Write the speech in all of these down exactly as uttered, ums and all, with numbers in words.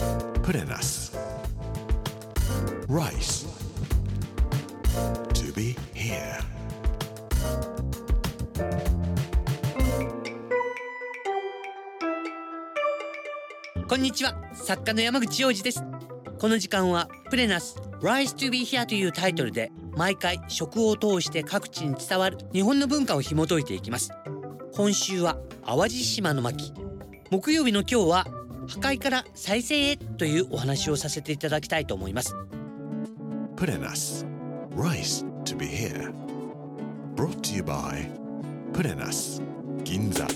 Put in us Rice to be here. こんにちは、作家の山口洋二です。この時間はプレナス Rise to be here というタイトルで毎回食を通して各地に伝わる日本の文化を紐解いていきます。今週は淡路島の巻、木曜日の今日は破壊から再生へというお話をさせていただきたいと思います。 Put in us Rice to be here. Brought to you by プレナス銀座。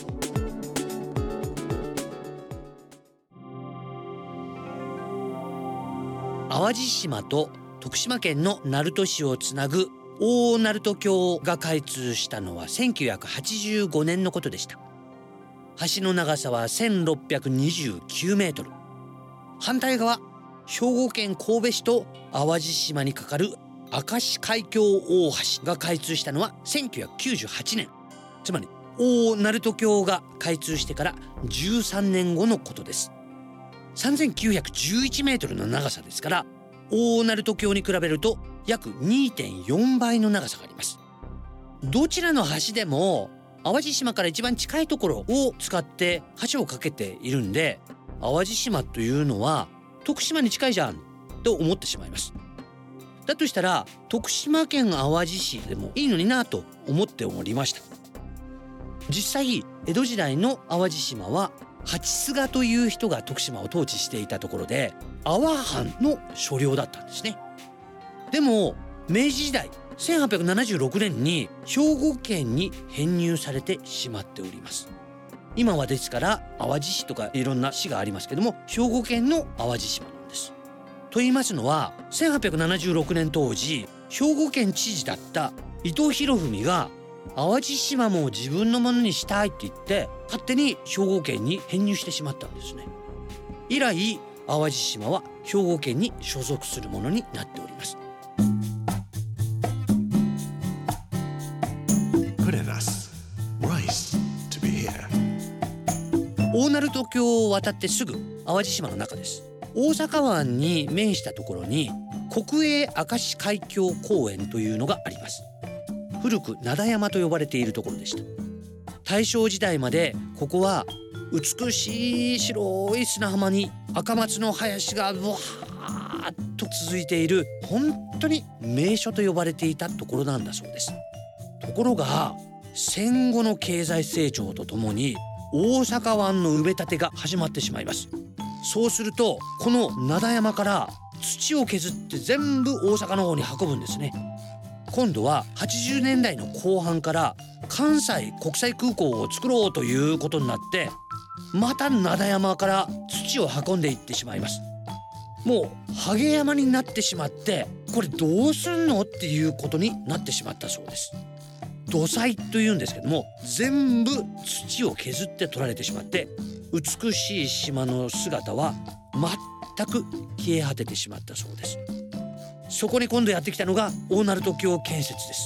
淡路島と徳島県の鳴門市をつなぐ大鳴門橋が開通したのはせんきゅうひゃくはちじゅうごねんのことでした。橋の長さはせんろっぴゃくにじゅうきゅうメートル。反対側、兵庫県神戸市と淡路島に架かる明石海峡大橋が開通したのはせんきゅうひゃくきゅうじゅうはちねん。つまり大鳴門橋が開通してからじゅうさんねんごのことです。さんぜんきゅうひゃくじゅういちメートルの長さですから、大鳴門橋に比べると約 にてんよんばいの長さがあります。どちらの橋でも淡路島から一番近いところを使って橋を架けているんで、淡路島というのは徳島に近いじゃんと思ってしまいます。だとしたら徳島県淡路市でもいいのになと思っておりました。実際江戸時代の淡路島は蜂須賀という人が徳島を統治していたところで、阿波藩の所領だったんですね。でも明治時代せんはっぴゃくななじゅうろくねんに兵庫県に編入されてしまっております。今はですから淡路市とかいろんな市がありますけども、兵庫県の淡路島なんです。と言いますのは、せんはっぴゃくななじゅうろくねん当時兵庫県知事だった伊藤博文が淡路島も自分のものにしたいって言って勝手に兵庫県に編入してしまったんですね。以来淡路島は兵庫県に所属するものになっております。 Put in us Rice to be here. 大鳴門橋を渡ってすぐ淡路島の中です。大阪湾に面したところに国営明石海峡公園というのがあります。古く灘山と呼ばれているところでした。大正時代までここは美しい白い砂浜に赤松の林がブワーッと続いている本当に名所と呼ばれていたところなんだそうです。ところが戦後の経済成長とともに大阪湾の埋め立てが始まってしまいます。そうするとこの灘山から土を削って全部大阪の方に運ぶんですね。今度ははちじゅうねんだいの後半から関西国際空港を作ろうということになって、また灘山から土を運んでいってしまいます。もうハゲ山になってしまって、これどうすんのっていうことになってしまったそうです。土災というんですけども、全部土を削って取られてしまって、美しい島の姿は全く消え果ててしまったそうです。そこに今度やってきたのが大鳴門橋建設です。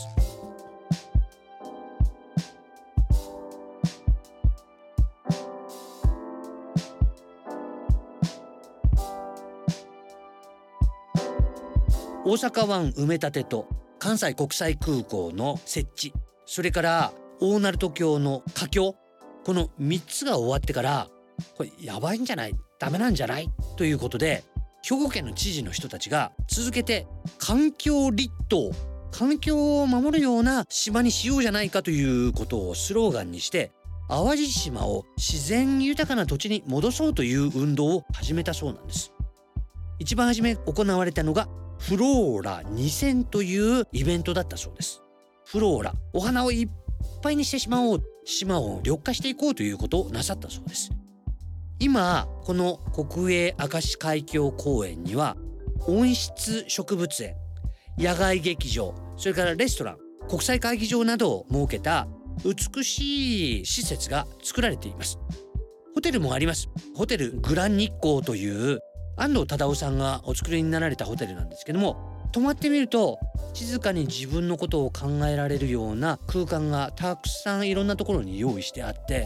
大阪湾埋め立てと関西国際空港の設置、それから大鳴門橋の架橋、このみっつが終わってから、これやばいんじゃない、ダメなんじゃないということで、兵庫県の知事の人たちが続けて環境立島、環境を守るような島にしようじゃないかということをスローガンにして、淡路島を自然豊かな土地に戻そうという運動を始めたそうなんです。一番初め行われたのがフローラにせんというイベントだったそうです。フローラ、お花をいっぱいにしてしまおう、島を緑化していこうということをなさったそうです。今この国営明石海峡公園には温室植物園、野外劇場、それからレストラン、国際会議場などを設けた美しい施設が作られています。ホテルもあります。ホテルグラン日光という安藤忠雄さんがお作りになられたホテルなんですけども、泊まってみると静かに自分のことを考えられるような空間がたくさんいろんなところに用意してあって、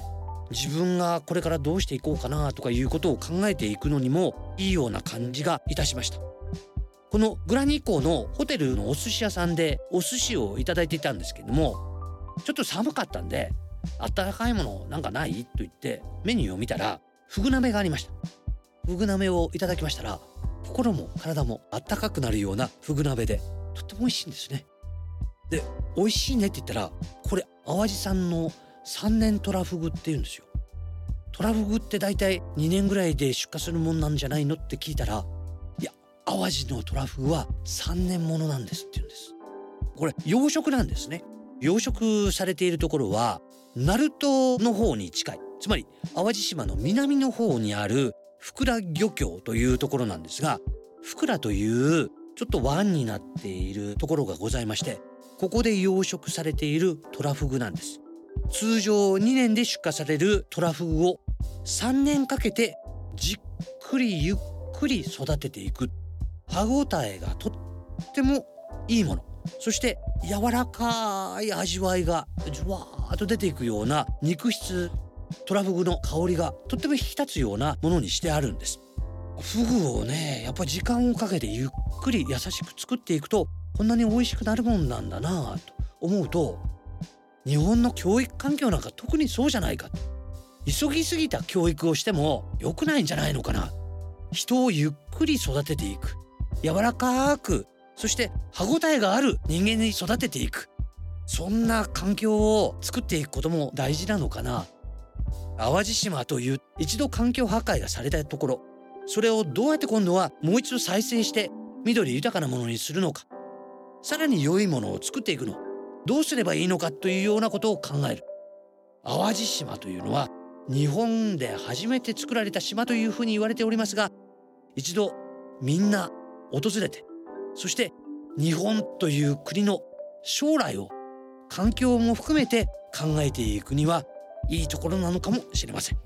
自分がこれからどうしていこうかなとかいうことを考えていくのにもいいような感じがいたしました。このグラニコのホテルのお寿司屋さんでお寿司をいただいていたんですけども、ちょっと寒かったんであったかいものなんかないと言ってメニューを見たらフグ鍋がありました。フグ鍋をいただきましたら、心も体もあったかくなるようなフグ鍋でとっても美味しいんですね。で、美味しいねって言ったら、これ淡路産の三年トラフグって言うんですよ。トラフグってだいたいにねんぐらいで出荷するもんなんじゃないのって聞いたら、いや、淡路のトラフグはさんねんものなんですって言うんです。これ養殖なんですね。養殖されているところは鳴門の方に近い、つまり淡路島の南の方にある福良漁協というところなんですが、福良というちょっと湾になっているところがございまして、ここで養殖されているトラフグなんです。通常にねんで出荷されるトラフグをさんねんかけてじっくりゆっくり育てていく。歯ごたえがとってもいいもの、そして柔らかい味わいがじゅわーっと出ていくような肉質、トラフグの香りがとっても引き立つようなものにしてあるんです。フグをね、やっぱり時間をかけてゆっくり優しく作っていくとこんなに美味しくなるもんなんだなと思うと、日本の教育環境なんか特にそうじゃないか。急ぎすぎた教育をしても良くないんじゃないのかな。人をゆっくり育てていく、柔らかく、そして歯ごたえがある人間に育てていく、そんな環境を作っていくことも大事なのかな。淡路島という一度環境破壊がされたところ、それをどうやって今度はもう一度再生して緑豊かなものにするのか、さらに良いものを作っていくの、どうすればいいのかというようなことを考える。淡路島というのは日本で初めて作られた島というふうに言われておりますが、一度みんな訪れて、そして日本という国の将来を環境も含めて考えていくにはいいところなのかもしれません。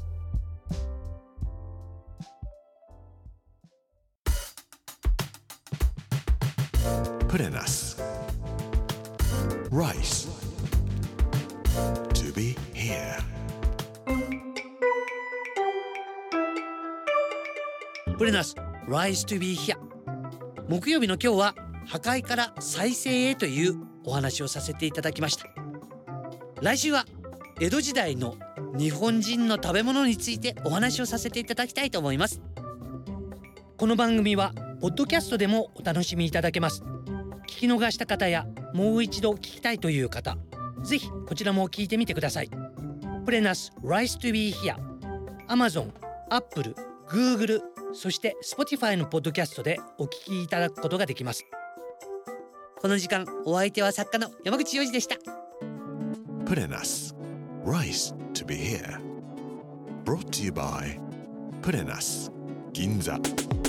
Put in us rice to be here. プレナス Rise to be here。 木曜日の今日は破壊から再生へというお話をさせていただきました。来週は江戸時代の日本人の食べ物についてお話をさせていただきたいと思います。この番組はポッドキャストでもお楽しみいただけます。聞き逃した方やもう一度聞きたいという方、ぜひこちらも聞いてみてください。プレナス Rise to be here、 Amazon、Apple、Google、 そして Spotify のポッドキャストでお聞きいただくことができます。この時間お相手は作家の山口洋二でした。 Put in us rice to be here. Brought to you by Put in us 銀座。